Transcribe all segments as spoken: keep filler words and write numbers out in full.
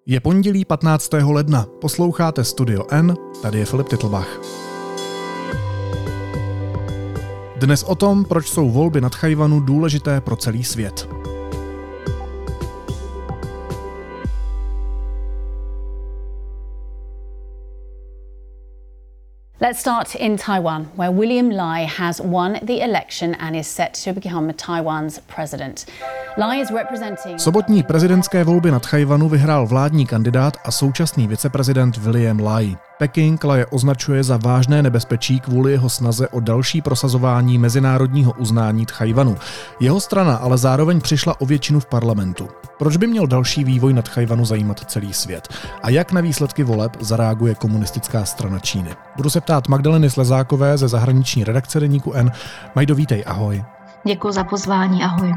Je pondělí patnáctého ledna, posloucháte Studio N, tady je Filip Titlbach. Dnes o tom, proč jsou volby na Tchajwanu důležité pro celý svět. Let's start in Taiwan, where William Lai has won the election and is set to become Taiwan's president. Lai is representing... Sobotní prezidentské volby na Tchajwanu vyhrál vládní kandidát a současný viceprezident William Lai. Peking Laje označuje za vážné nebezpečí kvůli jeho snaze o další prosazování mezinárodního uznání Tchajwanu. Jeho strana ale zároveň přišla o většinu v parlamentu. Proč by měl další vývoj na Tchajwanu zajímat celý svět? A jak na výsledky voleb zareaguje komunistická strana Číny? Budu se ptát Magdaleny Slezákové ze zahraniční redakce deníku N. Majdo, vítej, ahoj. Děkuji za pozvání, ahoj.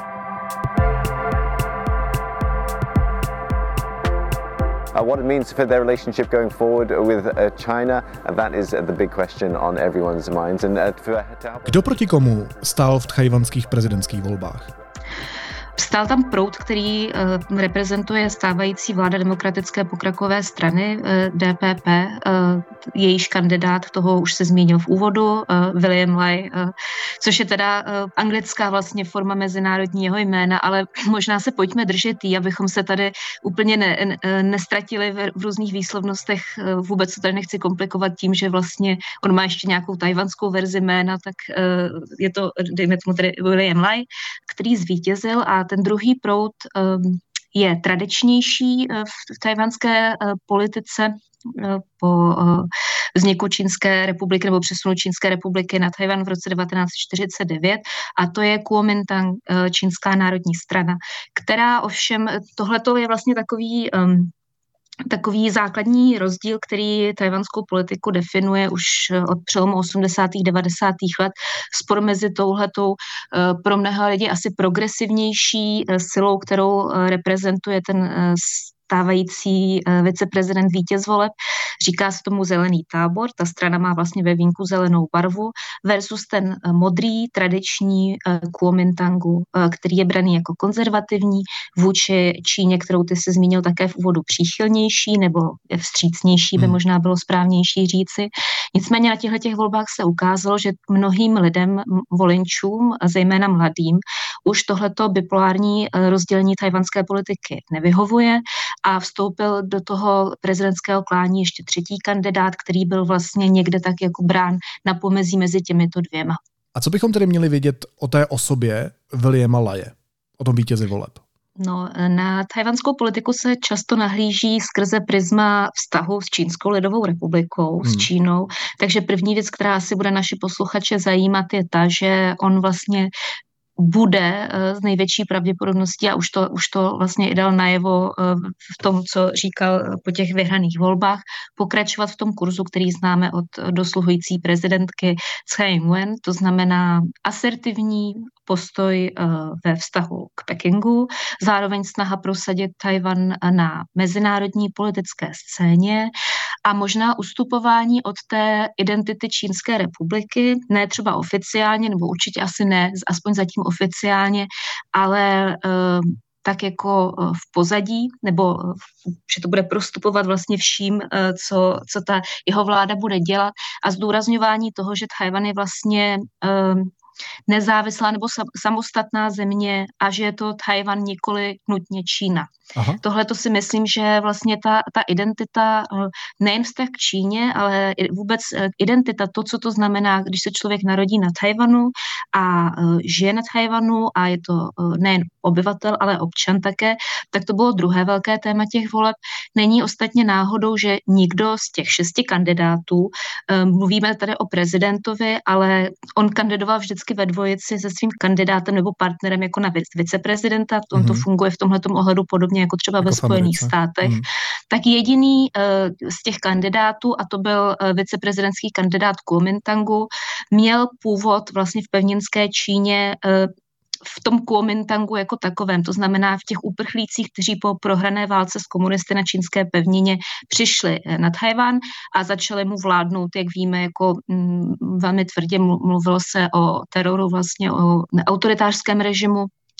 Uh, what it means for their relationship going forward with uh, China, and that is the big question on everyone's minds. And, uh, for... Kdo proti komu stál v tchajwanských prezidentských volbách? Stál tam proud, který uh, reprezentuje stávající vláda Demokratické pokrokové strany uh, D P P. Uh, jejíž kandidát, toho už se zmínil v úvodu, uh, William Lai, uh, což je teda uh, anglická vlastně forma mezinárodního jména, ale možná se pojďme držet jí, abychom se tady úplně ne, ne, nestratili v, v různých výslovnostech. Uh, vůbec se tady nechci komplikovat tím, že vlastně on má ještě nějakou tajvanskou verzi jména, tak uh, je to, dejme tomu tedy William Lai, který zvítězil, a ten druhý proud um, je tradičnější uh, v tajvanské uh, politice uh, po uh, vzniku Čínské republiky nebo přesunu Čínské republiky na Tchajwan v roce devatenáct set čtyřicet devět, a to je Kuomintang, uh, Čínská národní strana, která ovšem, tohleto je vlastně takový... Um, Takový základní rozdíl, který tajvanskou politiku definuje už od přelomu osmdesátých devadesátých let. Spor mezi touhletou pro mnoha lidí asi progresivnější silou, kterou reprezentuje ten stávající viceprezident vítěz voleb. Říká se tomu zelený tábor, ta strana má vlastně ve vínku zelenou barvu, versus ten modrý, tradiční Kuomintangu, který je braný jako konzervativní vůči Číně, kterou ty jsi zmínil také v úvodu příchylnější, nebo vstřícnější by možná bylo správnější říci. Nicméně na těchto těch volbách se ukázalo, že mnohým lidem, voličům, zejména mladým, už tohleto bipolární rozdělení tajvanské politiky nevyhovuje a vstoupil do toho prezidentského klání ještě třetí kandidát, který byl vlastně někde tak jako brán na pomezí mezi těmito dvěma. A co bychom tedy měli vědět o té osobě Williama Laje, o tom vítězi voleb? No, na tajvanskou politiku se často nahlíží skrze prisma vztahu s Čínskou lidovou republikou, hmm. s Čínou, takže první věc, která asi bude naši posluchače zajímat, je ta, že on vlastně bude z největší pravděpodobností, a už to, už to vlastně i dal najevo v tom, co říkal po těch vyhraných volbách, pokračovat v tom kurzu, který známe od dosluhující prezidentky Tsai Ing-wen, to znamená asertivní postoj ve vztahu k Pekingu, zároveň snaha prosadit Tchajwan na mezinárodní politické scéně a možná ustupování od té identity Čínské republiky, ne třeba oficiálně, nebo určitě asi ne, aspoň zatím oficiálně, ale uh, tak jako v pozadí, nebo že to bude prostupovat vlastně vším, uh, co, co ta jeho vláda bude dělat, a zdůrazňování toho, že Tchajwan je vlastně uh, nezávislá nebo samostatná země a že je to Tchajwan, nikoli nutně Čína. Tohle to si myslím, že vlastně ta, ta identita, nejen vztah k Číně, ale vůbec identita, to, co to znamená, když se člověk narodí na Tchajwanu a žije na Tchajwanu a je to nejen obyvatel, ale občan také, tak to bylo druhé velké téma těch voleb. Není ostatně náhodou, že nikdo z těch šesti kandidátů, mluvíme tady o prezidentovi, ale on kandidoval vždycky ve dvojici se svým kandidátem nebo partnerem jako na viceprezidenta, on mm-hmm. to funguje v tomhletom ohledu podobně jako třeba jako ve Spojených státech, mm. tak jediný uh, z těch kandidátů, a to byl uh, viceprezidentský kandidát Kuomintangu, měl původ vlastně v pevninské Číně uh, v tom Kuomintangu jako takovém, to znamená v těch uprchlících, kteří po prohrané válce s komunisty na čínské pevnině přišli na Tchajwan a začali mu vládnout, jak víme, jako m, velmi tvrdě mluvilo se o teroru, vlastně o autoritářském režimu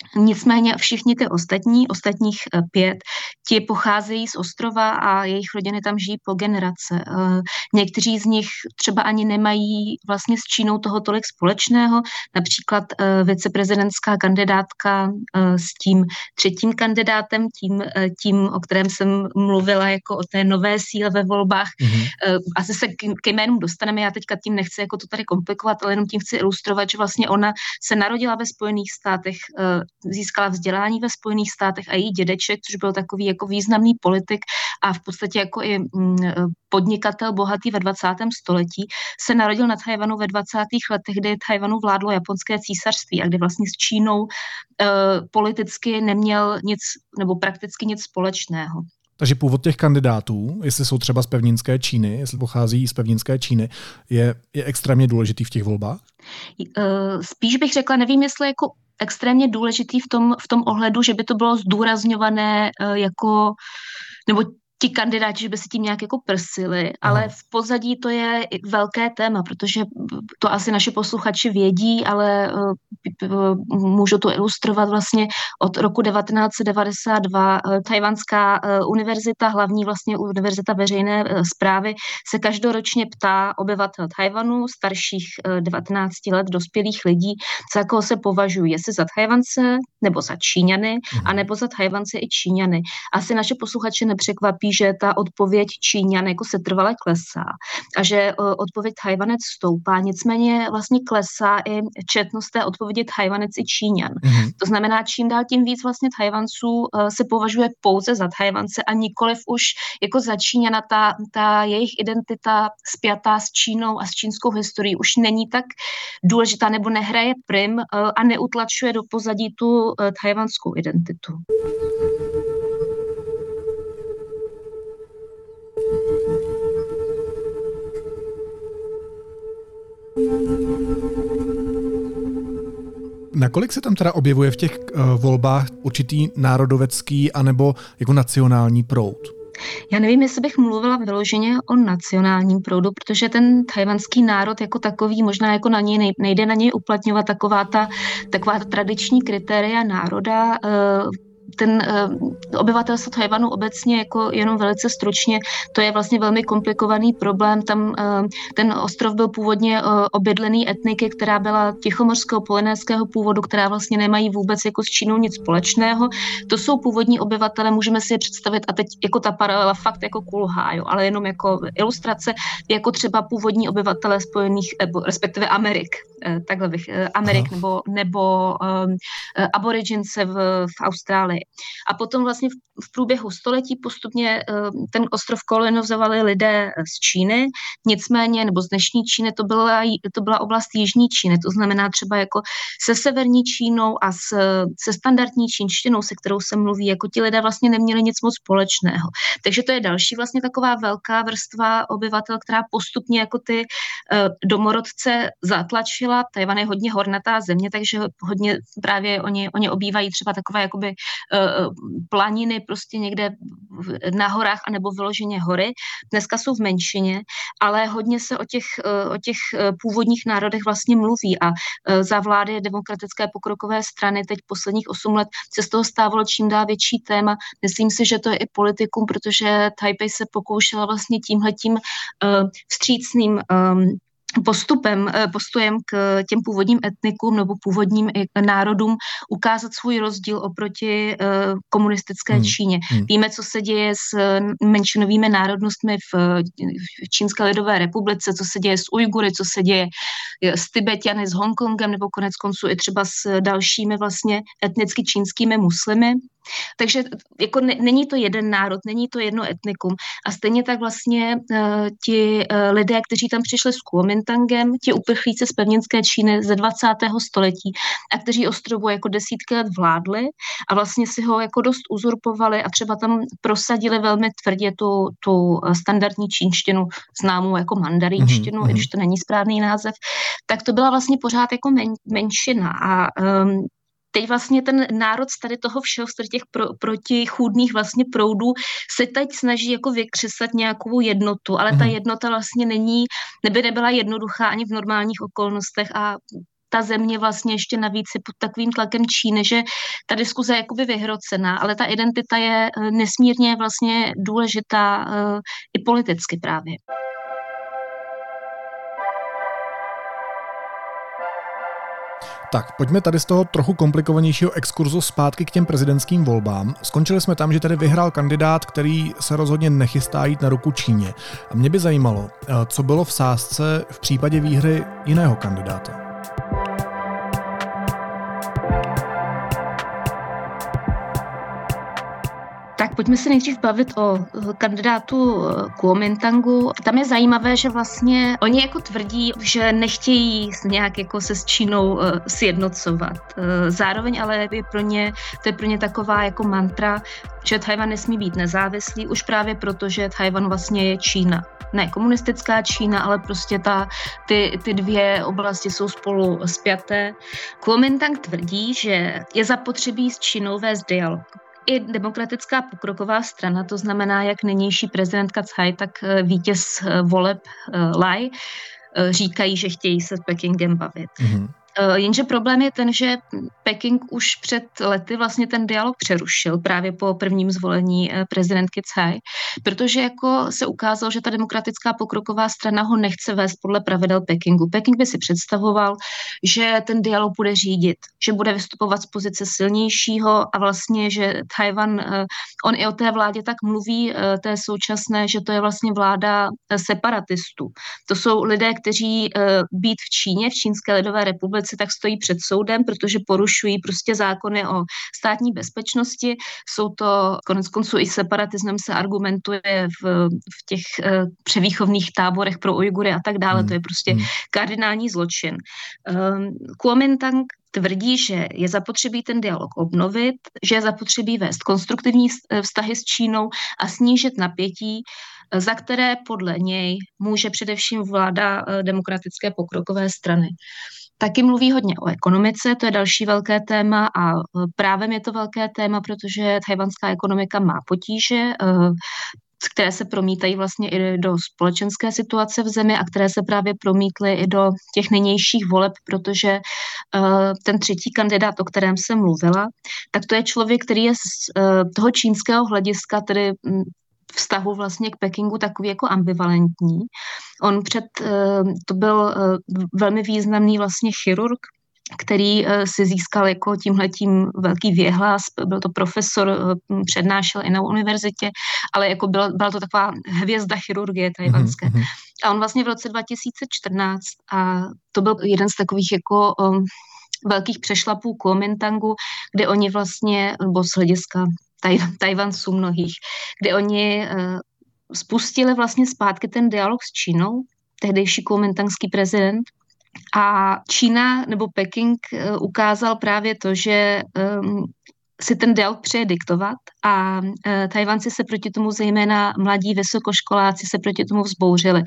Nicméně všichni ty ostatní, ostatních pět, ti pocházejí z ostrova a jejich rodiny tam žijí po generace. Někteří z nich třeba ani nemají vlastně s Čínou toho tolik společného. Například viceprezidentská kandidátka s tím třetím kandidátem, tím, tím, o kterém jsem mluvila jako o té nové síle ve volbách. Mm-hmm. Asi se k jménům dostaneme, já teďka tím nechci jako to tady komplikovat, ale jenom tím chci ilustrovat, že vlastně ona se narodila ve Spojených státech, získala vzdělání ve Spojených státech a její dědeček, což byl takový jako významný politik a v podstatě jako i podnikatel bohatý ve dvacátém století, se narodil na Tchaj-wanu ve dvacátých letech, kdy Tchaj-wanu vládlo japonské císařství a kdy vlastně s Čínou eh, politicky neměl nic nebo prakticky nic společného. Takže původ těch kandidátů, jestli jsou třeba z pevninské Číny, jestli pochází z pevninské Číny, je, je extrémně důležitý v těch volbách? Spíš bych řekla, nevím, jestli jako extrémně důležitý v tom, v tom ohledu, že by to bylo zdůrazňované jako, nebo ti kandidáti, že by si tím nějak jako prsili, ale Aha. v pozadí to je velké téma, protože to asi naši posluchači vědí, ale uh, můžu to ilustrovat vlastně od roku devatenáct set devadesát dva. Uh, Tchaj-wanská uh, univerzita, hlavní vlastně univerzita veřejné uh, správy, se každoročně ptá obyvatel Tchaj-wanu, starších uh, devatenáct let, dospělých lidí, za koho se považují, jestli za Tchaj-wance nebo za Číňany, mhm. anebo za Tchaj-wance i Číňany. Asi naše posluchače nepřekvapí, že ta odpověď Číňan jako se trvale klesá a že uh, odpověď Tchaj-wanec stoupá, nicméně vlastně klesá i četnost té odpovědi Tchaj-wanec i Číňan. Mm-hmm. To znamená, čím dál tím víc vlastně Tchaj-wanců uh, se považuje pouze za Tchaj-wance a nikoliv už jako za Číňana. Ta, ta jejich identita spjatá s Čínou a s čínskou historií už není tak důležitá nebo nehraje prim uh, a neutlačuje do pozadí tu uh, tchaj-wanskou identitu. Nakolik se tam teda objevuje v těch uh, volbách určitý národovecký anebo jako nacionální proud? Já nevím, jestli bych mluvila vyloženě o nacionálním proudu, protože ten tchaj-wanský národ jako takový, možná jako na něj nejde na něj uplatňovat taková ta, taková ta tradiční kritéria národa, uh, ten uh, obyvatelstvo Tchaj-wanu obecně jako jenom velice stručně, to je vlastně velmi komplikovaný problém. Tam uh, ten ostrov byl původně uh, obydlený etniky, která byla tichomorského, polynéského původu, která vlastně nemají vůbec jako s Čínou nic společného. To jsou původní obyvatele, můžeme si je představit a teď jako ta paralela fakt jako kulhá, jo, ale jenom jako ilustrace, jako třeba původní obyvatele Spojených, respektive Amerik, uh, takhle bych, uh, Amerik nebo, nebo um, uh, Aborigence v, v Austrálii. A potom vlastně v průběhu století postupně ten ostrov kolonizovali lidé z Číny, nicméně, nebo z dnešní Číny, to byla, to byla oblast jižní Číny, to znamená třeba jako se severní Čínou a s, se standardní čínštinou, se kterou se mluví, jako ti lidé vlastně neměli nic moc společného. Takže to je další vlastně taková velká vrstva obyvatel, která postupně jako ty domorodce zatlačila. Tchaj-wan je hodně hornatá země, takže hodně právě oni, oni obývají třeba takové jakoby planiny prostě někde na horách anebo vyloženě hory. Dneska jsou v menšině, ale hodně se o těch, o těch původních národech vlastně mluví a za vlády Demokratické pokrokové strany teď posledních osm let se z toho stávalo čím dál větší téma. Myslím si, že to je i politikum, protože Taipei se pokoušela vlastně tímhletím uh, vstřícným um, postupem, postojem k těm původním etnikům nebo původním národům ukázat svůj rozdíl oproti komunistické hmm. Číně. Hmm. Víme, co se děje s menšinovými národnostmi v Čínské lidové republice, co se děje s Ujgury, co se děje s Tibetany, s Hongkongem nebo konec konců i třeba s dalšími vlastně etnicky čínskými muslimy. Takže jako ne, není to jeden národ, není to jedno etnikum. A stejně tak vlastně uh, ti uh, lidé, kteří tam přišli s Kuomintangem, ti uprchlíci z pevninské Číny ze dvacátého století a kteří ostrovu jako desítky let vládli a vlastně si ho jako dost uzurpovali a třeba tam prosadili velmi tvrdě tu, tu standardní čínštinu, známou jako mandarínštinu, mm-hmm. i když to není správný název, tak to byla vlastně pořád jako men, menšina a um, teď vlastně ten národ z tady toho všeho, z těch pro, protichůdných vlastně proudů se teď snaží jako vykřesat nějakou jednotu, ale ta jednota vlastně není, neby nebyla jednoduchá ani v normálních okolnostech a ta země vlastně ještě navíc je pod takovým tlakem Číny, že ta diskuze je jakoby vyhrocená, ale ta identita je nesmírně vlastně důležitá i politicky právě. Tak, pojďme tady z toho trochu komplikovanějšího exkurzu zpátky k těm prezidentským volbám. Skončili jsme tam, že tady vyhrál kandidát, který se rozhodně nechystá jít na ruku Číně. A mě by zajímalo, co bylo v sázce v případě výhry jiného kandidáta. Tak pojďme se nejdřív bavit o kandidátu Kuomintangu. Tam je zajímavé, že vlastně oni jako tvrdí, že nechtějí nějak jako se s Čínou sjednocovat. Zároveň ale je pro ně, to je pro ně taková jako mantra, že Tchaj-wan nesmí být nezávislý, už právě proto, že Tchaj-wan vlastně je Čína. Ne komunistická Čína, ale prostě ta, ty, ty dvě oblasti jsou spolu spjaté. Kuomintang tvrdí, že je zapotřebí s Čínou vést dialog. I demokratická pokroková strana, to znamená jak nynější prezidentka Tsai, tak vítěz voleb Lai, říkají, že chtějí se s Pekingem bavit. Mm-hmm. Jenže problém je ten, že Peking už před lety vlastně ten dialog přerušil právě po prvním zvolení prezidentky Tsai, protože jako se ukázalo, že ta demokratická pokroková strana ho nechce vést podle pravidel Pekingu. Peking by si představoval, že ten dialog bude řídit, že bude vystupovat z pozice silnějšího a vlastně, že Tchaj-wan, on i o té vládě tak mluví, té současné, že to je vlastně vláda separatistů. To jsou lidé, kteří být v Číně, v Čínské lidové republice, tak stojí před soudem, protože porušují prostě zákony o státní bezpečnosti. Jsou to, konec konců i separatismem se argumentuje v, v těch uh, převýchovných táborech pro Ujgury a tak dále. Hmm. To je prostě hmm. kardinální zločin. Um, Kuomintang tvrdí, že je zapotřebí ten dialog obnovit, že je zapotřebí vést konstruktivní vztahy s Čínou a snížit napětí, za které podle něj může především vláda demokratické pokrokové strany. Taky mluví hodně o ekonomice, to je další velké téma a právem je to velké téma, protože tchajwanská ekonomika má potíže, které se promítají vlastně i do společenské situace v zemi a které se právě promítly i do těch nynějších voleb, protože ten třetí kandidát, o kterém jsem mluvila, tak to je člověk, který je z toho čínského hlediska, tedy vztahu vlastně k Pekingu takový jako ambivalentní. On před, to byl velmi významný vlastně chirurg, který si získal jako tímhletím velký věhlas, byl to profesor, přednášel i na univerzitě, ale jako byla, byla to taková hvězda chirurgie tajvanské. Mm-hmm. A on vlastně v roce dva tisíce čtrnáct, a to byl jeden z takových jako um, velkých přešlapů Kuomintangu, kde oni vlastně, nebo z hlediska Tajvanců mnohých, kde oni uh, spustili vlastně zpátky ten dialog s Čínou, tehdejší kuomintangský prezident, a Čína nebo Peking uh, ukázal právě to, že um, si ten dialog přeje diktovat a e, Tajvanci se proti tomu, zejména mladí vysokoškoláci se proti tomu vzbouřili. E,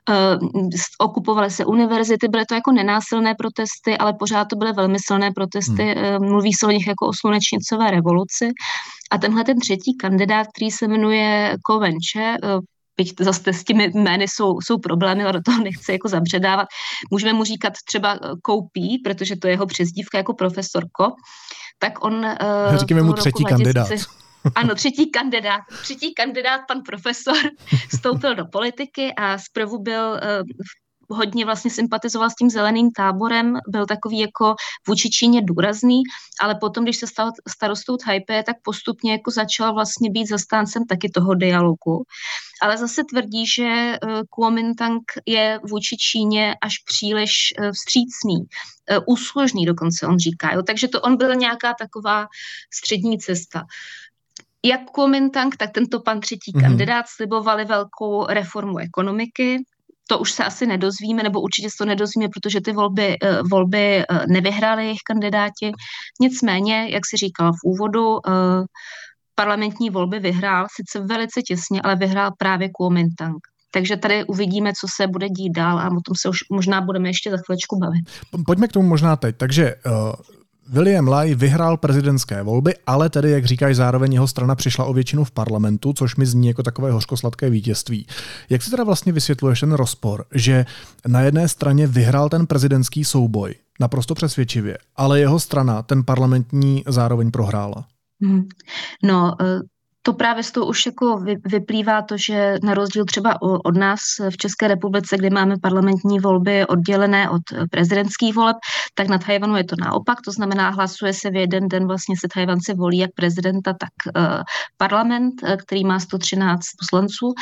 okupovali se univerzity, byly to jako nenásilné protesty, ale pořád to byly velmi silné protesty, hmm. e, mluví se o nich jako o slunečnicové revoluci. A tenhle ten třetí kandidát, který se jmenuje Ko Wen-che, e, byť zase s těmi jmény jsou, jsou problémy, ale do toho nechci jako zabředávat. Můžeme mu říkat třeba Koupí, protože to je jeho přezdívka jako profesor Ko. Tak on... Říkáme mu třetí kandidát. Ano, třetí kandidát. Třetí kandidát, pan profesor, vstoupil do politiky a zprvu byl hodně vlastně sympatizoval s tím zeleným táborem, byl takový jako vůči Číně důrazný, ale potom, když se stal starostou Taipei, tak postupně jako začal vlastně být zastáncem taky toho dialogu. Ale zase tvrdí, že Kuomintang je vůči Číně až příliš vstřícný, úslužný dokonce on říká. Jo? Takže to on byl nějaká taková střední cesta. Jak Kuomintang, tak tento pan třetí mm-hmm. kandidát slibovali velkou reformu ekonomiky. To už se asi nedozvíme, nebo určitě se to nedozvíme, protože ty volby, volby nevyhráli jejich kandidáti. Nicméně, jak si říkal v úvodu, parlamentní volby vyhrál, sice velice těsně, ale vyhrál právě Kuomintang. Takže tady uvidíme, co se bude dít dál a o tom se už možná budeme ještě za chvíličku bavit. Pojďme k tomu možná teď. Takže uh, William Lai vyhrál prezidentské volby, ale tedy, jak říkáš, zároveň jeho strana přišla o většinu v parlamentu, což mi zní jako takové hořkosladké vítězství. Jak si teda vlastně vysvětluješ ten rozpor, že na jedné straně vyhrál ten prezidentský souboj naprosto přesvědčivě, ale jeho strana ten parlamentní zároveň prohrála? Hmm. No, to právě z toho už jako vyplývá to, že na rozdíl třeba od nás v České republice, kde máme parlamentní volby oddělené od prezidentských voleb, tak na Tchaj-wanu je to naopak, to znamená, hlasuje se v jeden den, vlastně se Tchaj-wanci volí jak prezidenta, tak uh, parlament, který má sto třináct poslanců.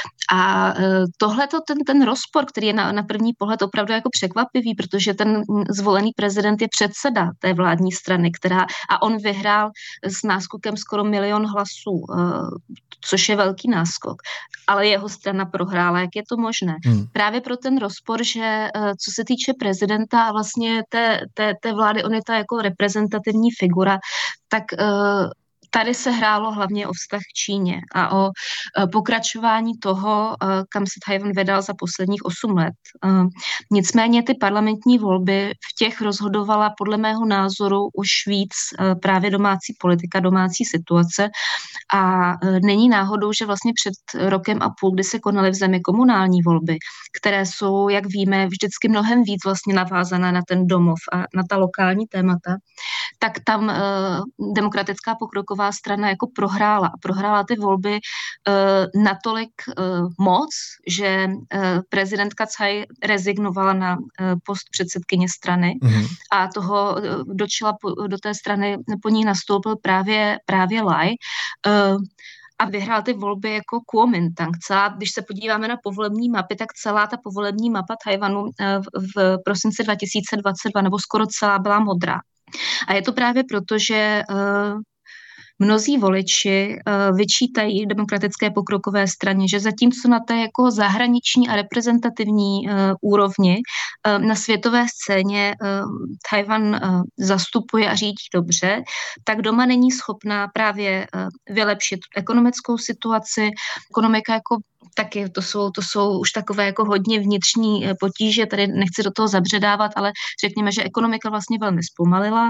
A uh, tohleto, ten, ten rozpor, který je na, na první pohled opravdu jako překvapivý, protože ten zvolený prezident je předseda té vládní strany, která, a on vyhrál s náskokem skoro milion hlasů, což je velký náskok, ale jeho strana prohrála. Jak je to možné? Hmm. Právě pro ten rozpor, že co se týče prezidenta a vlastně té, té, té vlády, on je ta jako reprezentativní figura, tak tady se hrálo hlavně o vztah k Číně a o pokračování toho, kam se Tchaj-wan vydal za posledních osm let. Nicméně ty parlamentní volby, v těch rozhodovala podle mého názoru už víc právě domácí politika, domácí situace a není náhodou, že vlastně před rokem a půl, kdy se konaly v zemi komunální volby, které jsou, jak víme, vždycky mnohem víc vlastně navázané na ten domov a na ta lokální témata, tak tam demokratická pokroková strana jako prohrála. A prohrála ty volby uh, natolik uh, moc, že uh, prezidentka Tsai rezignovala na uh, post předsedkyně strany mm-hmm. a toho uh, dočila po, do té strany, po ní nastoupil právě, právě Lai. Uh, a vyhrál ty volby jako Kuomintang. Celá, když se podíváme na povolební mapy, tak celá ta povolební mapa Tchaj-wanu uh, v, v prosinci dva tisíce dvacet dva nebo skoro celá byla modrá. A je to právě proto, že uh, mnozí voliči uh, vyčítají demokratické pokrokové straně, že zatímco na té jako zahraniční a reprezentativní uh, úrovni uh, na světové scéně uh, Tchaj-wan uh, zastupuje a řídí dobře, tak doma není schopná právě uh, vylepšit ekonomickou situaci. Ekonomika jako taky, to jsou, to jsou už takové jako hodně vnitřní potíže, tady nechci do toho zabředávat, ale řekněme, že ekonomika vlastně velmi zpomalila.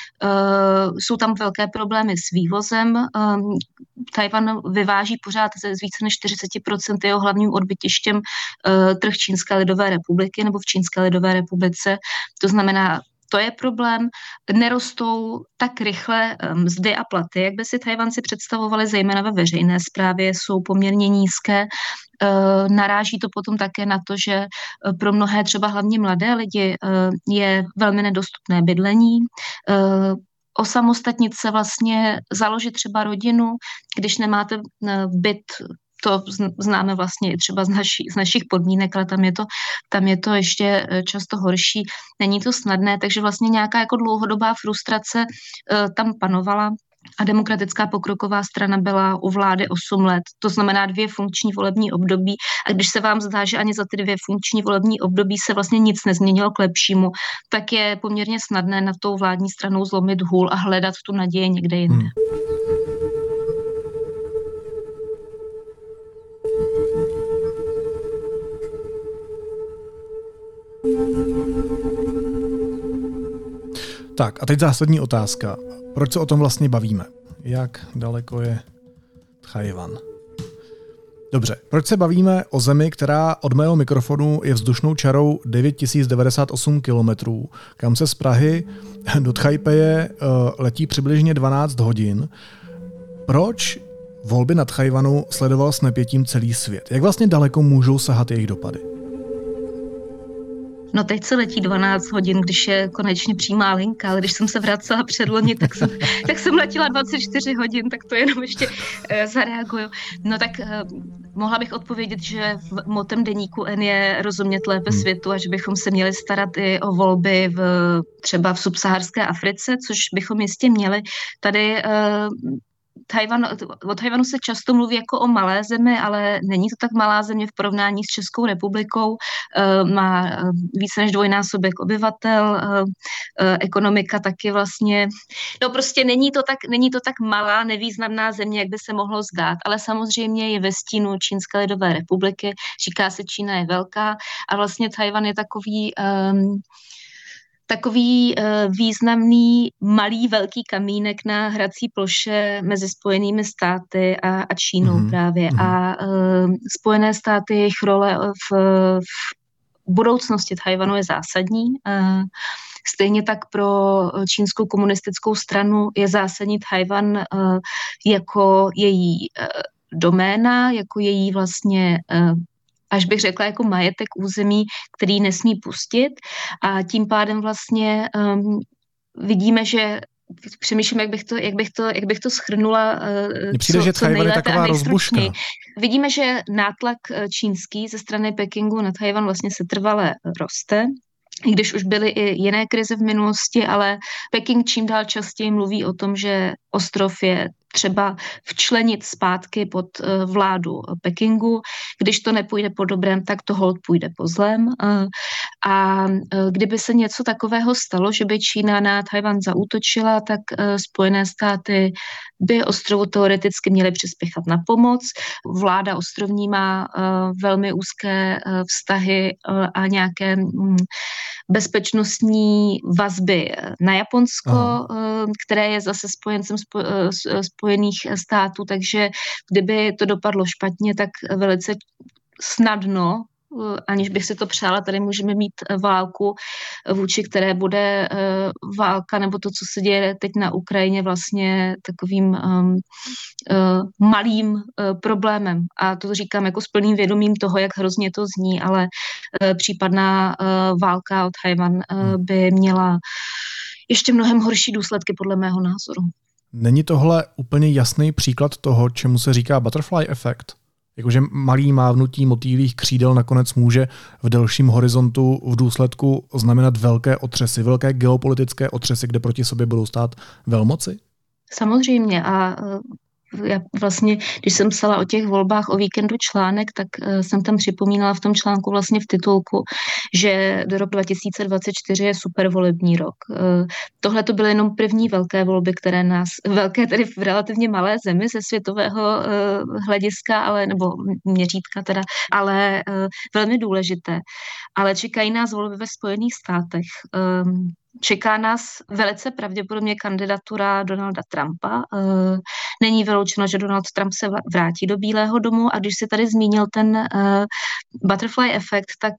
Uh, jsou tam velké problémy s vývozem. Uh, Tchaj-wan vyváží pořád z více než čtyřicet procent jeho hlavním odbytištěm uh, trh Čínské lidové republiky nebo v Čínské lidové republice. To znamená, to je problém, nerostou tak rychle mzdy a platy, jak by si Tchaj-wanci představovali, zejména ve veřejné správě, jsou poměrně nízké. Naráží to potom také na to, že pro mnohé třeba hlavně mladé lidi je velmi nedostupné bydlení, osamostatnit se vlastně, založit třeba rodinu, když nemáte byt. To známe vlastně i třeba z, naši, z našich podmínek, ale tam je, to, tam je to ještě často horší. Není to snadné, takže vlastně nějaká jako dlouhodobá frustrace uh, tam panovala a demokratická pokroková strana byla u vlády osm let. To znamená dvě funkční volební období a když se vám zdá, že ani za ty dvě funkční volební období se vlastně nic nezměnilo k lepšímu, tak je poměrně snadné nad tou vládní stranou zlomit hůl a hledat tu naději někde jinde. Hmm. Tak a teď zásadní otázka. Proč se o tom vlastně bavíme? Jak daleko je Tchaj-wan? Dobře, proč se bavíme o zemi, která od mého mikrofonu je vzdušnou čarou devět tisíc devadesát osm kilometrů, kam se z Prahy do Tchajpeje letí přibližně dvanáct hodin. Proč volby na Tchaj-wanu sledoval s napětím celý svět? Jak vlastně daleko můžou sahat jejich dopady? No teď se letí dvanáct hodin, když je konečně přímá linka, ale když jsem se vracela předloni, tak jsem, tak jsem letěla dvacet čtyři hodin, tak to jenom ještě uh, zareaguju. No tak uh, mohla bych odpovědět, že v motem deníku N je rozumět lépe hmm. světu a že bychom se měli starat i o volby v, třeba v subsaharské Africe, což bychom jistě měli. Tady uh, Tchaj-wan, o Tchaj-wanu se často mluví jako o malé zemi, ale není to tak malá země v porovnání s Českou republikou. E, má více než dvojnásobek obyvatel, e, e, ekonomika taky vlastně. No prostě není to, tak, není to tak malá, nevýznamná země, jak by se mohlo zdát, ale samozřejmě je ve stínu Čínské lidové republiky. Říká se, Čína je velká a vlastně Tchaj-wan je takový... Um, takový uh, významný malý velký kamínek na hrací ploše mezi Spojenými státy a, a Čínou mm-hmm. právě. Mm-hmm. A uh, Spojené státy, jejich role v, v budoucnosti Tchaj-wanu je zásadní. Uh, stejně tak pro čínskou komunistickou stranu je zásadní Tchaj-wan uh, jako její uh, doména, jako její vlastně uh, až bych řekla jako majetek území, který nesmí pustit, a tím pádem vlastně um, vidíme, že přemýšlím, jak bych to, jak bych to, jak bych to shrnula. Mně přijde, co, že Tchaj-wan je taková rozbuška. Vidíme, že nátlak čínský ze strany Pekingu na Tchaj-wan vlastně se trvale roste, i když už byly i jiné krize v minulosti, ale Peking čím dál častěji mluví o tom, že ostrov je třeba včlenit zpátky pod vládu Pekingu. Když to nepůjde po dobrém, tak to holt půjde po zlém. A kdyby se něco takového stalo, že by Čína na Tchaj-wan zaútočila, tak Spojené státy by ostrovu teoreticky měly přispěchat na pomoc. Vláda ostrovní má velmi úzké vztahy a nějaké bezpečnostní vazby na Japonsko, Aha. které je zase spojencem Spojených států, takže kdyby to dopadlo špatně, tak velice snadno, aniž bych si to přála, tady můžeme mít válku, vůči které bude válka, nebo to, co se děje teď na Ukrajině, vlastně takovým um, uh, malým uh, problémem. A to říkám jako s plným vědomím toho, jak hrozně to zní, ale uh, případná uh, válka od Tchaj-wan uh, by měla ještě mnohem horší důsledky, podle mého názoru. Není tohle úplně jasný příklad toho, čemu se říká butterfly efekt? Jakože malý mávnutí motýlích křídel nakonec může v delším horizontu v důsledku znamenat velké otřesy, velké geopolitické otřesy, kde proti sobě budou stát velmoci? Samozřejmě a já vlastně, když jsem psala o těch volbách o víkendu článek, tak jsem tam připomínala v tom článku vlastně v titulku, že do rok dva tisíce dvacet čtyři je supervolební rok. Tohle to byly jenom první velké volby, které nás, velké tedy v relativně malé zemi ze světového hlediska, ale, nebo měřítka teda, ale velmi důležité. Ale čekají nás volby ve Spojených státech. Čeká nás velice pravděpodobně kandidatura Donalda Trumpa. Není vyloučeno, že Donald Trump se vrátí do Bílého domu, a když si tady zmínil ten butterfly efekt, tak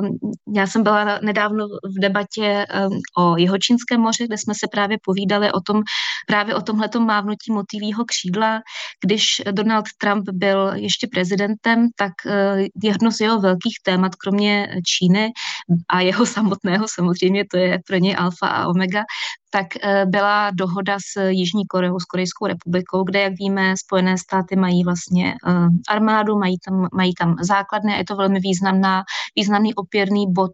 já jsem byla nedávno v debatě o Jihočínském moři, kde jsme se právě povídali o tom, právě o tomhletom mávnutí motýlího křídla. Když Donald Trump byl ještě prezidentem, tak jedno z jeho velkých témat, kromě Číny a jeho samotného, samozřejmě to je pro něj alfa a omega, tak byla dohoda s Jižní Koreou, s Korejskou republikou, kde, jak víme, Spojené státy mají vlastně armádu, mají tam, mají tam základny a je to velmi významná, významný opěrný bod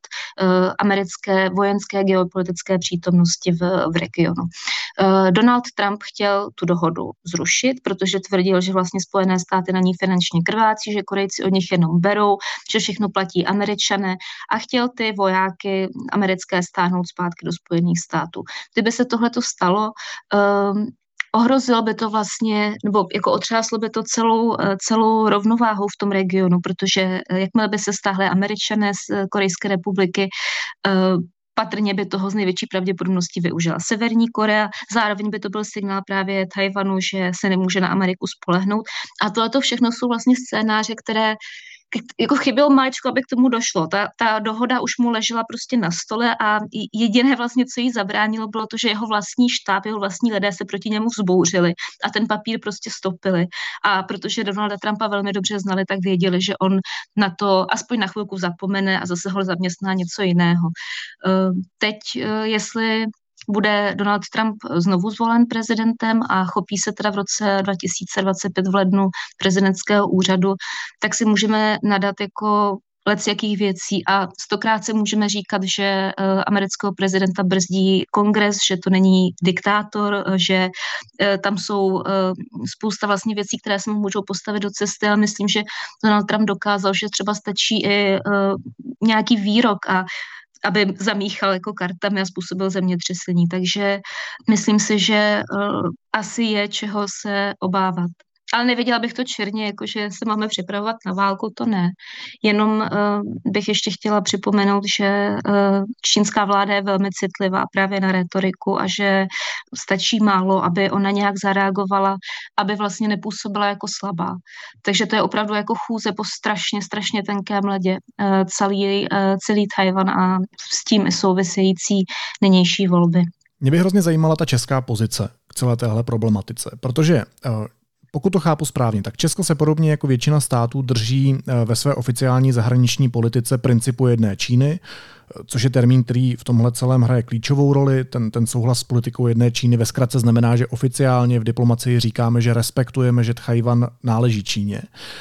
americké vojenské geopolitické přítomnosti v, v regionu. Donald Trump chtěl tu dohodu zrušit, protože tvrdil, že vlastně Spojené státy na ní finančně krvácí, že Korejci od nich jenom berou, že všechno platí Američané, a chtěl ty vojáky americké stáhnout zpátky do Spojených států. Kdyby se tohleto stalo, um, ohrozilo by to vlastně, nebo jako otřáslo by to celou, celou rovnováhu v tom regionu, protože jakmile by se stáhly Američané z Korejské republiky, uh, patrně by toho z největší pravděpodobností využila Severní Korea, zároveň by to byl signál právě Tchaj-wanu, že se nemůže na Ameriku spolehnout. A tohleto všechno jsou vlastně scénáře, které jako chybělo maličko, aby k tomu došlo. Ta, ta dohoda už mu ležela prostě na stole a jediné vlastně, co jí zabránilo, bylo to, že jeho vlastní štáb, jeho vlastní lidé se proti němu vzbouřili a ten papír prostě stopili. A protože Donalda Trumpa velmi dobře znali, tak věděli, že on na to aspoň na chvilku zapomene a zase ho zaměstná něco jiného. Teď, jestli bude Donald Trump znovu zvolen prezidentem a chopí se teda v roce dva tisíce dvacet pět v lednu prezidentského úřadu, tak si můžeme nadat jako lecjakých věcí a stokrát se můžeme říkat, že uh, amerického prezidenta brzdí kongres, že to není diktátor, že uh, tam jsou uh, spousta vlastně věcí, které se mu můžou postavit do cesty, ale myslím, že Donald Trump dokázal, že třeba stačí i uh, nějaký výrok a aby zamíchal jako kartami a způsobil zemětřesení. Takže myslím si, že uh, asi je čeho se obávat. Ale nevěděla bych to černě, jakože se máme připravovat na válku, to ne. Jenom uh, bych ještě chtěla připomenout, že uh, čínská vláda je velmi citlivá právě na retoriku a že stačí málo, aby ona nějak zareagovala, aby vlastně nepůsobila jako slabá. Takže to je opravdu jako chůze po strašně, strašně tenkém ledě uh, celý, uh, celý Tchaj-wan a s tím i související nynější volby. Mě by hrozně zajímala ta česká pozice k celé téhle problematice, protože uh, pokud to chápu správně, tak Česko se podobně jako většina států drží ve své oficiální zahraniční politice principu jedné Číny, což je termín, který v tomhle celém hraje klíčovou roli. Ten, ten souhlas s politikou jedné Číny ve zkratce znamená, že oficiálně v diplomacii říkáme, že respektujeme, že Tchaj-wan náleží Číně.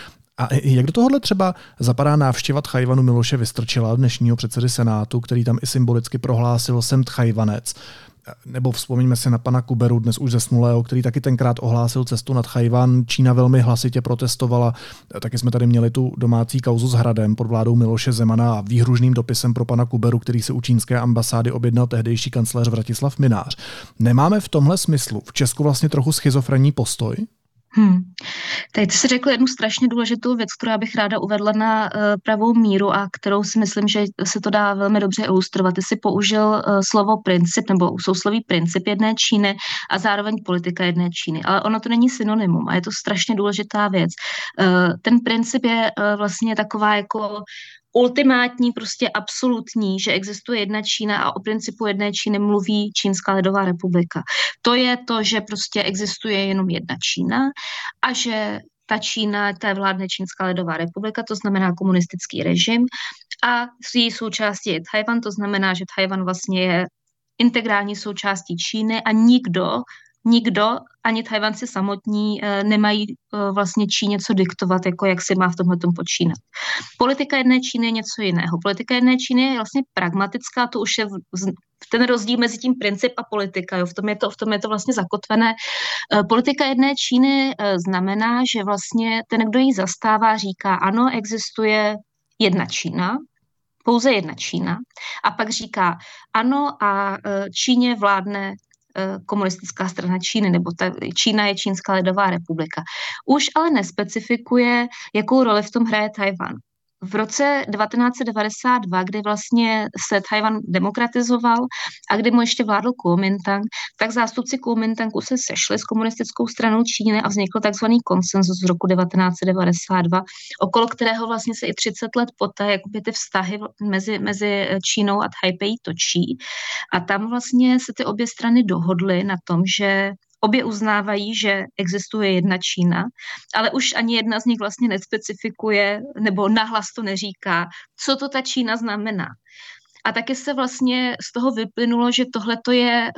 A jak do tohohle třeba zapadá návštěva Tchaj-wanu Miloše Vystrčila, dnešního předsedy Senátu, který tam i symbolicky prohlásil, jsem Tchaj-wanec. Nebo vzpomeňme si na pana Kuberu, dnes už zesnulého, který taky tenkrát ohlásil cestu na Tchaj-wan. Čína velmi hlasitě protestovala. Taky jsme tady měli tu domácí kauzu s Hradem pod vládou Miloše Zemana a výhružným dopisem pro pana Kuberu, který se u čínské ambasády objednal tehdejší kancléř Vratislav Mynář. Nemáme v tomhle smyslu v Česku vlastně trochu schizofrenní postoj? Hmm. Teď jsi řekl jednu strašně důležitou věc, kterou já bych ráda uvedla na uh, pravou míru a kterou si myslím, že se to dá velmi dobře ilustrovat. Ty jsi použil uh, slovo princip nebo sousloví princip jedné Číny a zároveň politika jedné Číny, ale ono to není synonymum a je to strašně důležitá věc. Uh, ten princip je uh, vlastně taková jako ultimátní, prostě absolutní, že existuje jedna Čína a o principu jedné Číny mluví Čínská lidová republika. To je to, že prostě existuje jenom jedna Čína a že ta Čína, ta vládne Čínská lidová republika, to znamená komunistický režim a s její součástí je Tchaj-wan, to znamená, že Tchaj-wan vlastně je integrální součástí Číny a nikdo Nikdo, ani Tchaj-wanci samotní, nemají vlastně Číně co diktovat, jako jak si má v tomhletom počínat. Politika jedné Číny je něco jiného. Politika jedné Číny je vlastně pragmatická, to už je ten rozdíl mezi tím princip a politika. Jo. V tom je to, v tom je to vlastně zakotvené. Politika jedné Číny znamená, že vlastně ten, kdo ji zastává, říká, ano, existuje jedna Čína, pouze jedna Čína, a pak říká, ano, a Číně vládne komunistická strana Číny, nebo ta Čína je Čínská lidová republika. Už ale nespecifikuje, jakou roli v tom hraje Tchaj-wan. V roce devatenáct set devadesát dva, kdy vlastně se Tchaj-wan demokratizoval a kdy mu ještě vládl Kuomintang, tak zástupci Kuomintangu se sešli s komunistickou stranou Číny a vznikl takzvaný konsenzus z roku devatenáct set devadesát dva, okolo kterého vlastně se i třicet let poté jakoby ty vztahy mezi, mezi Čínou a Taipei točí. A tam vlastně se ty obě strany dohodly na tom, že obě uznávají, že existuje jedna Čína, ale už ani jedna z nich vlastně nespecifikuje nebo nahlas to neříká, co to ta Čína znamená. A taky se vlastně z toho vyplynulo, že tohle to je,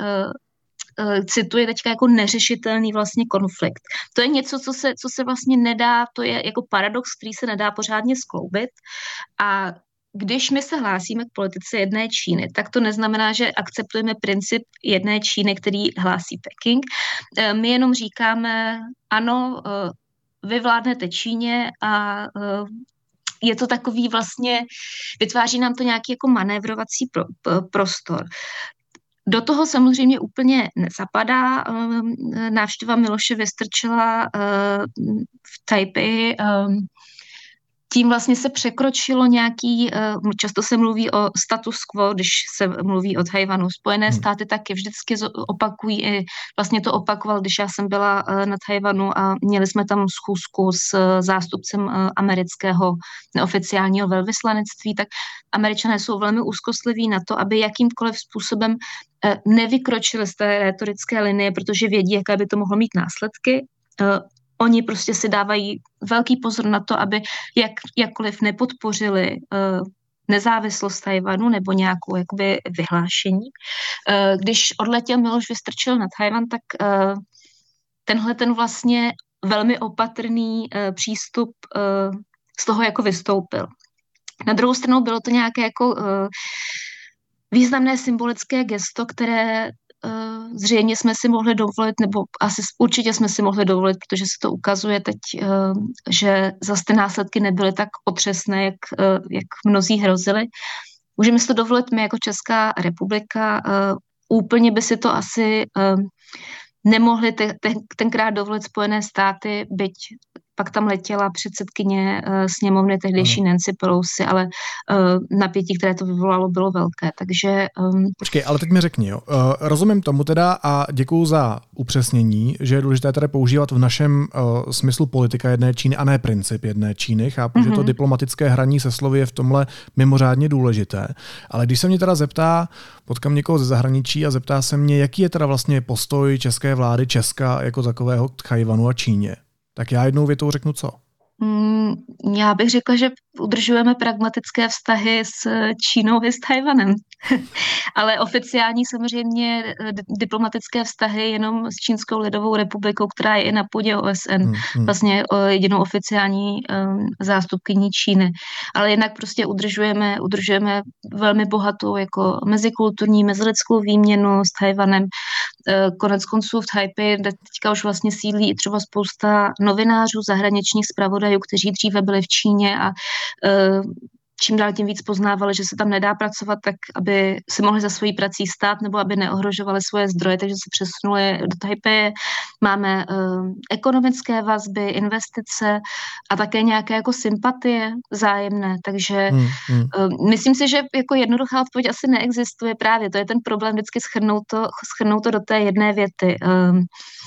uh, uh, cituje teďka jako neřešitelný vlastně konflikt. To je něco, co se, co se vlastně nedá, to je jako paradox, který se nedá pořádně skloubit. A když my se hlásíme k politice jedné Číny, tak to neznamená, že akceptujeme princip jedné Číny, který hlásí Peking. My jenom říkáme, ano, vy vládnete Číně a je to takový vlastně, vytváří nám to nějaký jako manévrovací pro, prostor. Do toho samozřejmě úplně nezapadá návštěva Miloše Vystrčila v Taipei. Tím vlastně se překročilo nějaký, často se mluví o status quo, když se mluví o Tchaj-wanu. Spojené státy taky vždycky opakují, i vlastně to opakoval, když já jsem byla na Tchaj-wanu a měli jsme tam schůzku s zástupcem amerického neoficiálního velvyslanectví, tak Američané jsou velmi úzkostliví na to, aby jakýmkoliv způsobem nevykročili z té rétorické linie, protože vědí, jaké by to mohlo mít následky. Oni prostě si dávají velký pozor na to, aby jak, jakkoliv nepodpořili uh, nezávislost Tchaj-wanu nebo nějakou jakoby vyhlášení. Uh, když odletěl Miloš Vystrčil na Tchaj-wan, tak uh, tenhle ten vlastně velmi opatrný uh, přístup uh, z toho jako vystoupil. Na druhou stranu bylo to nějaké jako uh, významné symbolické gesto, které Uh, zřejmě jsme si mohli dovolit, nebo asi určitě jsme si mohli dovolit, protože se to ukazuje teď, uh, že zase ty následky nebyly tak otřesné, jak, uh, jak mnozí hrozili. Můžeme si to dovolit my jako Česká republika. Uh, úplně by si to asi uh, nemohli te, te, tenkrát dovolit Spojené státy, byť pak tam letěla předsedkyně uh, sněmovny tehdejší Nancy Pelosi, ale uh, napětí, které to vyvolalo, bylo velké. Takže... Um... Počkej, ale teď mi řekni, jo. Uh, rozumím tomu teda a děkuju za upřesnění, že je důležité tady používat v našem uh, smyslu politika jedné Číny a ne princip jedné Číny. Chápu, mm-hmm. že to diplomatické hraní se slovy je v tomhle mimořádně důležité. Ale když se mě teda zeptá, potkám někoho ze zahraničí a zeptá se mě, jaký je teda vlastně postoj české vlády, Česka jako takového k Tchaj-wanu a Číně, tak já jednou větou řeknu co? Mm, já bych řekla, že udržujeme pragmatické vztahy s Čínou i s Tchaj-wanem. Ale oficiální samozřejmě diplomatické vztahy jenom s Čínskou lidovou republikou, která je i na půdě O S N. Hmm, hmm. Vlastně jedinou oficiální um, zástupkyní Číny. Ale jinak prostě udržujeme, udržujeme velmi bohatou jako mezikulturní, mezilidskou výměnu s Tchaj-wanem. Konec konců v Taipei, kde teďka už vlastně sídlí i třeba spousta novinářů, zahraničních zpravodajů, kteří dříve byli v Číně a uh, čím dál tím víc poznávali, že se tam nedá pracovat tak, aby si mohli za svojí prací stát nebo aby neohrožovali svoje zdroje, takže se přesunuli do Taipei. Máme uh, ekonomické vazby, investice a také nějaké jako sympatie vzájemné, takže hmm, hmm. Uh, myslím si, že jako jednoduchá odpověď asi neexistuje právě. To je ten problém vždycky shrnout to, shrnout to do té jedné věty. Uh,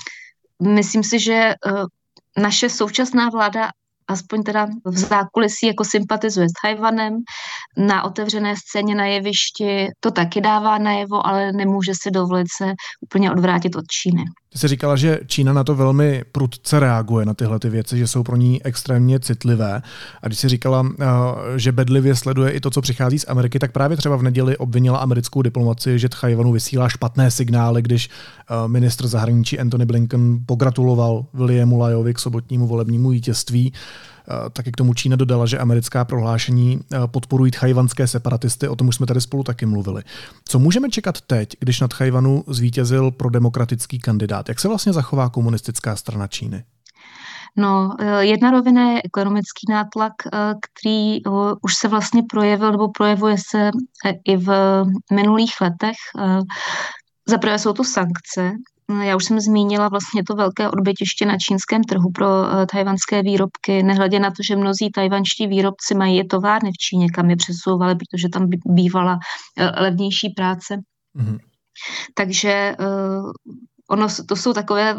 myslím si, že uh, naše současná vláda aspoň teda v zákulisí jako sympatizuje s Tchaj-wanem, na otevřené scéně na jevišti to taky dává najevo, ale nemůže si dovolit se úplně odvrátit od Číny. Ty jsi říkala, že Čína na to velmi prudce reaguje na tyhle ty věci, že jsou pro ní extrémně citlivé. A když jsi říkala, že bedlivě sleduje i to, co přichází z Ameriky, tak právě třeba v neděli obvinila americkou diplomaci, že Tchaj-wanu vysílá špatné signály, když ministr zahraničí Antony Blinken pogratuloval Williamu Laiovi k sobotnímu volebnímu vítězství. Taky k tomu Čína dodala, že americká prohlášení podporují tchajwanské separatisty, o tom už jsme tady spolu taky mluvili. Co můžeme čekat teď, když na Tchaj-wanu zvítězil prodemokratický kandidát? Jak se vlastně zachová komunistická strana Číny? No, jedna rovina je ekonomický nátlak, který už se vlastně projevil nebo projevuje se i v minulých letech. Zaprvé jsou to sankce. Já už jsem zmínila vlastně to velké odbytiště na čínském trhu pro uh, tchajwanské výrobky, nehledě na to, že mnozí tchajwanští výrobci mají je továrny v Číně, kam je přesouvali, protože tam bývala uh, levnější práce. Mm-hmm. Takže uh, ono, to jsou takové,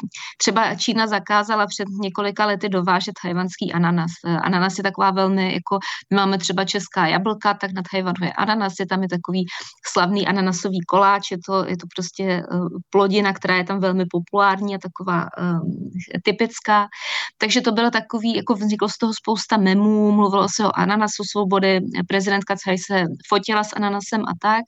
třeba Čína zakázala před několika lety dovážet tchajwanský ananas. Ananas je taková velmi, jako my máme třeba česká jablka, tak na Tchaj-wanu je ananas, je tam je takový slavný ananasový koláč, je to, je to prostě plodina, která je tam velmi populární a taková um, typická. Takže to bylo takový, jako vzniklo z toho spousta memů, mluvilo se o ananasu svobody, prezidentka Tsai se fotila s ananasem a tak.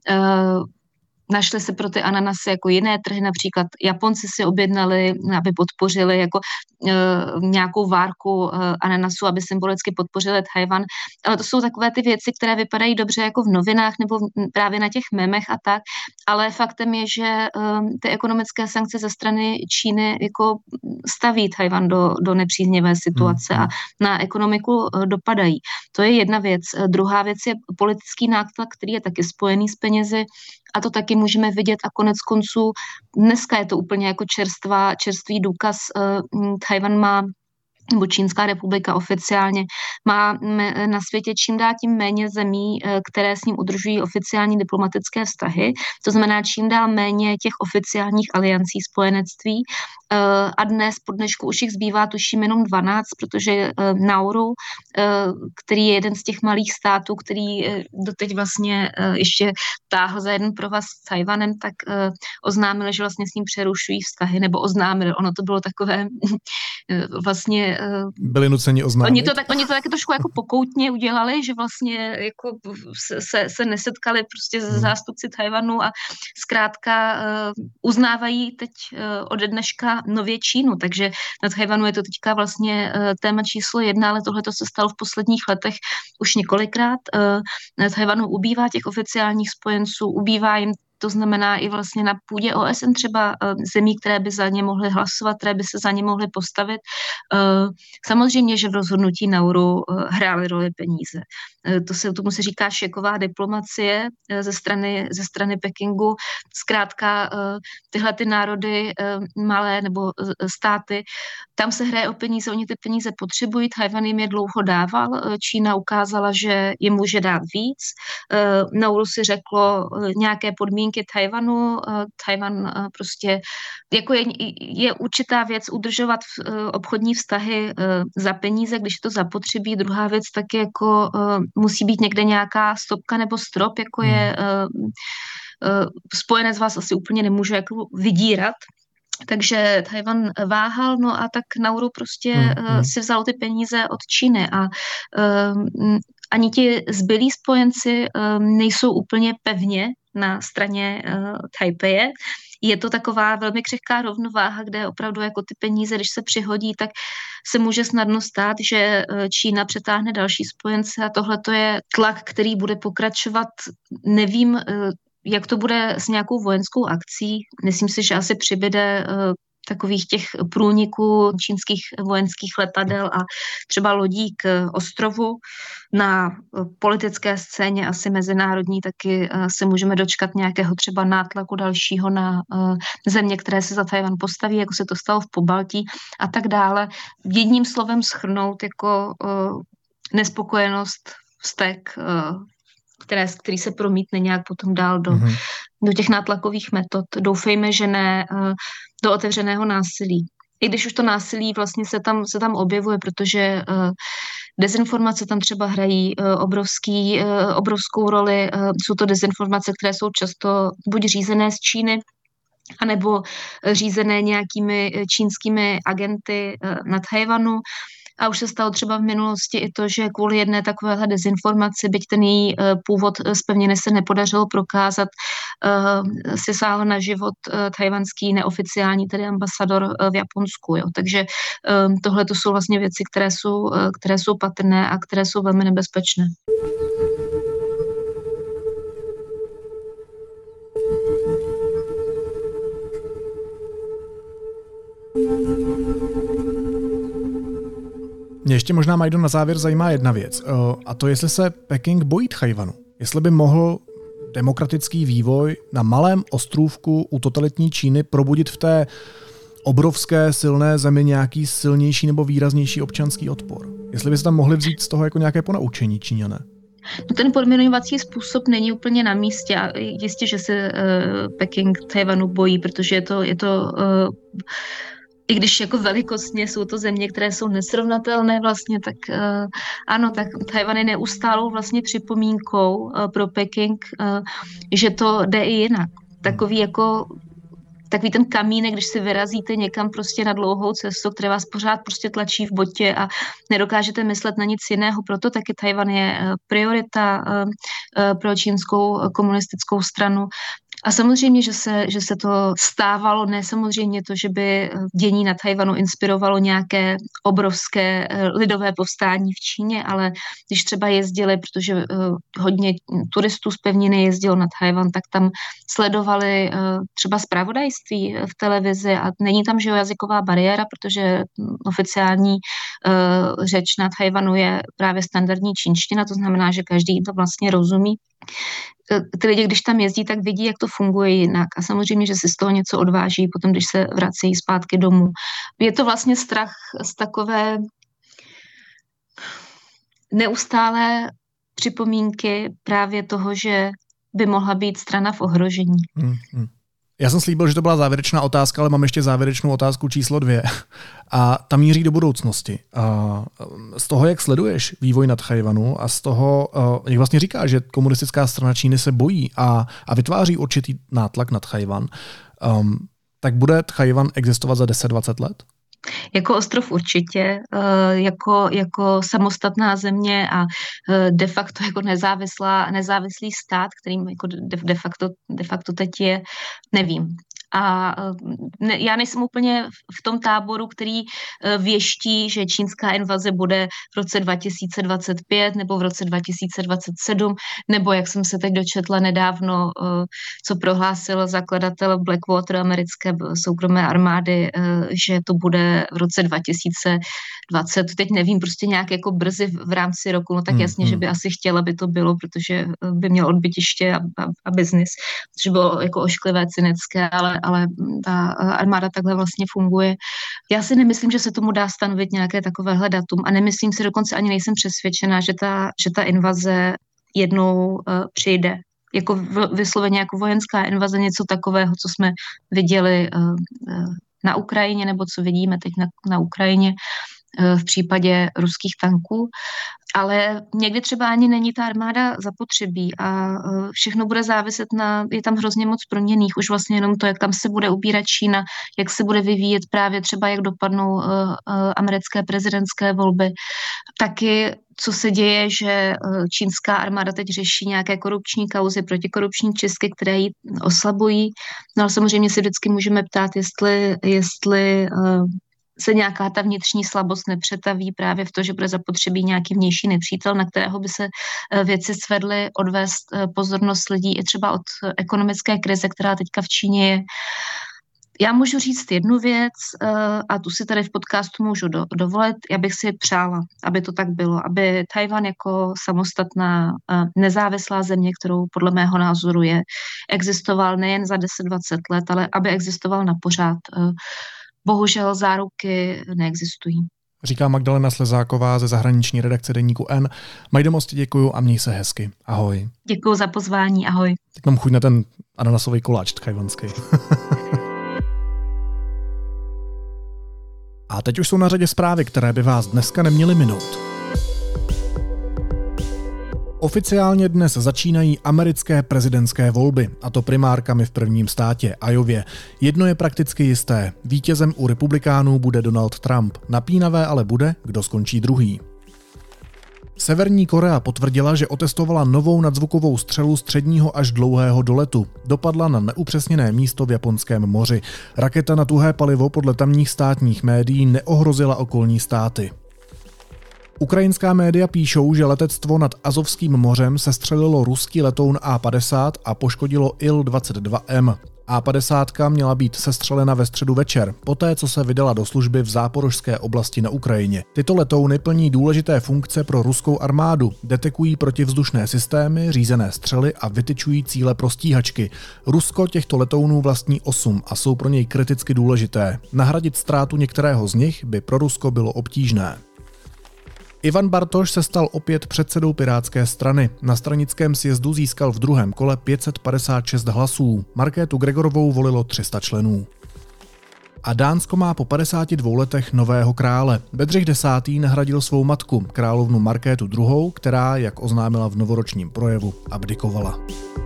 Uh, Našly se pro ty ananasy jako jiné trhy, například Japonci si objednali, aby podpořili jako e, nějakou várku e, ananasu, aby symbolicky podpořili Tchaj-wan. Ale to jsou takové ty věci, které vypadají dobře jako v novinách nebo v, právě na těch memech a tak, ale faktem je, že e, ty ekonomické sankce ze strany Číny jako staví Tchaj-wan do, do nepříznivé situace hmm. a na ekonomiku e, dopadají. To je jedna věc. E, druhá věc je politický nátlak, který je taky spojený s penězi. A to taky můžeme vidět a konec konců dneska je to úplně jako čerstvá, čerstvý důkaz. Tchaj-wan má, nebo Čínská republika oficiálně má na světě čím dál tím méně zemí, které s ním udržují oficiální diplomatické vztahy. To znamená čím dál méně těch oficiálních aliancí spojenectví. A dnes po dnešku už jich zbývá tuším jenom dvanáct, protože Nauru, který je jeden z těch malých států, který doteď vlastně ještě táhl za jeden provaz s Tchaj-wanem, tak oznámil, že vlastně s ním přerušují vztahy, nebo oznámil, ono to bylo takové vlastně... Byli nuceni oznámit. Oni to, tak, oni to taky trošku jako pokoutně udělali, že vlastně jako se, se nesetkali prostě se zástupci Tchaj-wanu a zkrátka uznávají teď ode dneška nově Čínu, takže na Tchaj-wanu je to teďka vlastně uh, téma číslo jedna, ale tohle to se stalo v posledních letech už několikrát. Uh, na Tchaj-wanu ubývá těch oficiálních spojenců, ubývá jim to znamená i vlastně na půdě O S N třeba zemí, které by za ně mohly hlasovat, které by se za ně mohly postavit. Samozřejmě, že v rozhodnutí Nauru hrály roli peníze. To se, tomu se říká šeková diplomacie ze strany, ze strany Pekingu. Zkrátka tyhle ty národy malé nebo státy, tam se hraje o peníze, oni ty peníze potřebují, Tchaj-wan jim je dlouho dával, Čína ukázala, že jim může dát víc. Nauru si řeklo nějaké podmínky Tchaj-wanu, Tchaj-wan prostě, jako je, je určitá věc udržovat obchodní vztahy za peníze, když to zapotřebí. Druhá věc taky jako musí být někde nějaká stopka nebo strop, jako je spojenec vás asi úplně nemůže jako vydírat. Takže Tchaj-wan váhal, no a tak Nauru prostě hmm, si vzal ty peníze od Číny a um, ani ti zbylí spojenci um, nejsou úplně pevně na straně uh, Tajpeje. Je to taková velmi křehká rovnováha, kde opravdu jako ty peníze, když se přihodí, tak se může snadno stát, že Čína přetáhne další spojence a tohle to je tlak, který bude pokračovat. Nevím, jak to bude s nějakou vojenskou akcí. Myslím si, že asi přibyde takových těch průniků čínských vojenských letadel a třeba lodí k ostrovu. Na politické scéně asi mezinárodní taky se můžeme dočkat nějakého třeba nátlaku dalšího na země, které se za Tchaj-wan postaví, jako se to stalo v Pobaltí a tak dále. Jedním slovem shrnout jako nespokojenost, vztek, které, který se promítne nějak potom dál do, mm-hmm. do těch nátlakových metod. Doufejme, že ne do otevřeného násilí. I když už to násilí vlastně se tam, se tam objevuje, protože uh, dezinformace tam třeba hrají uh, obrovský, uh, obrovskou roli. Uh, jsou to dezinformace, které jsou často buď řízené z Číny, anebo řízené nějakými čínskými agenty uh, na Tchaj-wanu. A už se stalo třeba v minulosti i to, že kvůli jedné takovéhle dezinformaci, byť ten její původ z pevniny se nepodařilo prokázat, si sáhl na život tchajwanský neoficiální, tedy ambasador v Japonsku. Jo. Takže tohle to jsou vlastně věci, které jsou, které jsou patrné a které jsou velmi nebezpečné. Mě ještě možná, Majdo, na závěr zajímá jedna věc, a to jestli se Peking bojí Tchaj-wanu. Jestli by mohl demokratický vývoj na malém ostrůvku u totalitní Číny probudit v té obrovské silné zemi nějaký silnější nebo výraznější občanský odpor. Jestli by se tam mohli vzít z toho jako nějaké ponaučení Číňané. No ten podmienovací způsob není úplně na místě a jistě, že se uh, Peking Tchaj-wanu bojí, protože je to, je to uh, i když jako velikostně jsou to země, které jsou nesrovnatelné vlastně, tak uh, ano, tak Tchaj-wan je neustálou vlastně připomínkou uh, pro Peking, uh, že to jde i jinak. Takový jako takový ten kamínek, když si vyrazíte někam prostě na dlouhou cestu, které vás pořád prostě tlačí v botě a nedokážete myslet na nic jiného. Proto taky Tchaj-wan je priorita uh, uh, pro čínskou komunistickou stranu. A samozřejmě, že se, že se to stávalo, ne samozřejmě to, že by dění na Tchaj-wanu inspirovalo nějaké obrovské lidové povstání v Číně, ale když třeba jezdili, protože uh, hodně turistů z pevniny jezdilo na Tchaj-wan, tak tam sledovali uh, třeba zpravodajství v televizi a není tam že jazyková bariéra, protože oficiální uh, řeč na Tchaj-wanu je právě standardní čínština, to znamená, že každý to vlastně rozumí. Ty lidi, když tam jezdí, tak vidí, jak to funguje jinak. A samozřejmě, že si z toho něco odváží, potom, když se vracejí zpátky domů. Je to vlastně strach z takové neustálé připomínky právě toho, že by mohla být strana v ohrožení. Hmm, hmm. Já jsem slíbil, že to byla závěrečná otázka, ale mám ještě závěrečnou otázku číslo dvě. A ta míří do budoucnosti. A z toho, jak sleduješ vývoj na Tchaj-wanu a z toho, jak vlastně říká, že komunistická strana Číny se bojí a, a vytváří určitý nátlak na Tchaj-wan, um, tak bude Tchaj-wan existovat za deset dvacet let? Jako ostrov určitě, jako, jako samostatná země a de facto jako nezávislá, nezávislý stát, kterým jako de, de, facto, de facto teď je, nevím. A ne, já nejsem úplně v tom táboru, který věští, že čínská invaze bude v roce dva tisíce dvacet pět nebo v roce dva tisíce dvacet sedm, nebo jak jsem se teď dočetla nedávno, co prohlásil zakladatel Blackwater americké soukromé armády, že to bude v roce dva tisíce dvacet. Teď nevím, prostě nějak jako brzy v rámci roku, no tak hmm, jasně, hmm. že by asi chtěla, aby to bylo, protože by měl odbytiště a, a, a biznis, což bylo jako ošklivé, cynické, ale, ale ta armáda takhle vlastně funguje. Já si nemyslím, že se tomu dá stanovit nějaké takovéhle datum a nemyslím si, dokonce ani nejsem přesvědčená, že ta, že ta invaze jednou uh, přijde. Jako v, vysloveně jako vojenská invaze, něco takového, co jsme viděli uh, uh, na Ukrajině, nebo co vidíme teď na, na Ukrajině v případě ruských tanků, ale někdy třeba ani není ta armáda zapotřebí a všechno bude záviset na, je tam hrozně moc proměnných, už vlastně jenom to, jak tam se bude ubírat Čína, jak se bude vyvíjet právě třeba, jak dopadnou americké prezidentské volby. Taky, co se děje, že čínská armáda teď řeší nějaké korupční kauzy, protikorupční čistky, které ji oslabují. No ale samozřejmě si vždycky můžeme ptát, jestli, jestli se nějaká ta vnitřní slabost nepřetaví právě v to, že bude zapotřebí nějaký vnější nepřítel, na kterého by se věci svedly, odvést pozornost lidí i třeba od ekonomické krize, která teďka v Číně je. Já můžu říct jednu věc a tu si tady v podcastu můžu do, dovolit. Já bych si přála, aby to tak bylo, aby Tchaj-wan jako samostatná nezávislá země, kterou podle mého názoru je, existoval nejen za deset dvacet let, ale aby existoval na pořád. Bohužel záruky neexistují. Říká Magdalena Slezáková ze zahraniční redakce deníku N. Majdo, moc ti děkuju a měj se hezky. Ahoj. Děkuju za pozvání, ahoj. Teď mám chuť na ten ananasový koláč tchajwanský. A teď už jsou na řadě zprávy, které by vás dneska neměly minout. Oficiálně dnes začínají americké prezidentské volby, a to primárkami v prvním státě, Iowě. Jedno je prakticky jisté, vítězem u republikánů bude Donald Trump, napínavé ale bude, kdo skončí druhý. Severní Korea potvrdila, že otestovala novou nadzvukovou střelu středního až dlouhého doletu. Dopadla na neupřesněné místo v Japonském moři. Raketa na tuhé palivo podle tamních státních médií neohrozila okolní státy. Ukrajinská média píšou, že letectvo nad Azovským mořem sestřelilo ruský letoun A padesát a poškodilo I L dvacet dva M. A padesát měla být sestřelena ve středu večer, poté co se vydala do služby v záporožské oblasti na Ukrajině. Tyto letouny plní důležité funkce pro ruskou armádu, detekují protivzdušné systémy, řízené střely a vytyčují cíle pro stíhačky. Rusko těchto letounů vlastní osm a jsou pro něj kriticky důležité. Nahradit ztrátu některého z nich by pro Rusko bylo obtížné. Ivan Bartoš se stal opět předsedou Pirátské strany. Na stranickém sjezdu získal v druhém kole pět set padesát šest hlasů. Markétu Gregorovou volilo tři sta členů. A Dánsko má po padesáti dvou letech nového krále. Bedřich desátý nahradil svou matku, královnu Markétu druhou, která, jak oznámila v novoročním projevu, abdikovala.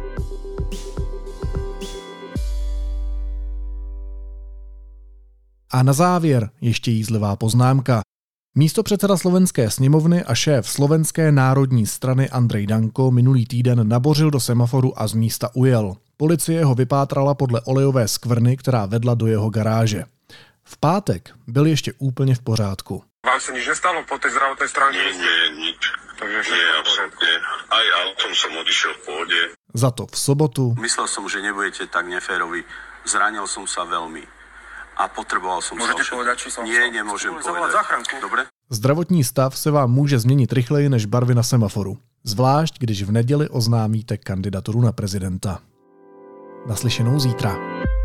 A na závěr ještě jízlivá poznámka. Místopředseda slovenské sněmovny a šéf Slovenské národní strany Andrej Danko minulý týden nabořil do semaforu a z místa ujel. Policie ho vypátrala podle olejové skvrny, která vedla do jeho garáže. V pátek byl ještě úplně v pořádku. Vám se nič nestalo po té zdravotné stránce? Nie, nie, nič. Takže nie, absolútne. Aj autom som odišiel v pohode. Za to v sobotu. Myslel som, že nebudete tak neférovi. Zranil som sa veľmi. A potreboval som Môžete sa povedať, čo som Nie, nemôžem povedať. Záchranku. Dobre? Zdravotní stav se vám může změnit rychleji než barvy na semaforu. Zvlášť, když v neděli oznámíte kandidaturu na prezidenta. Naslyšenou zítra.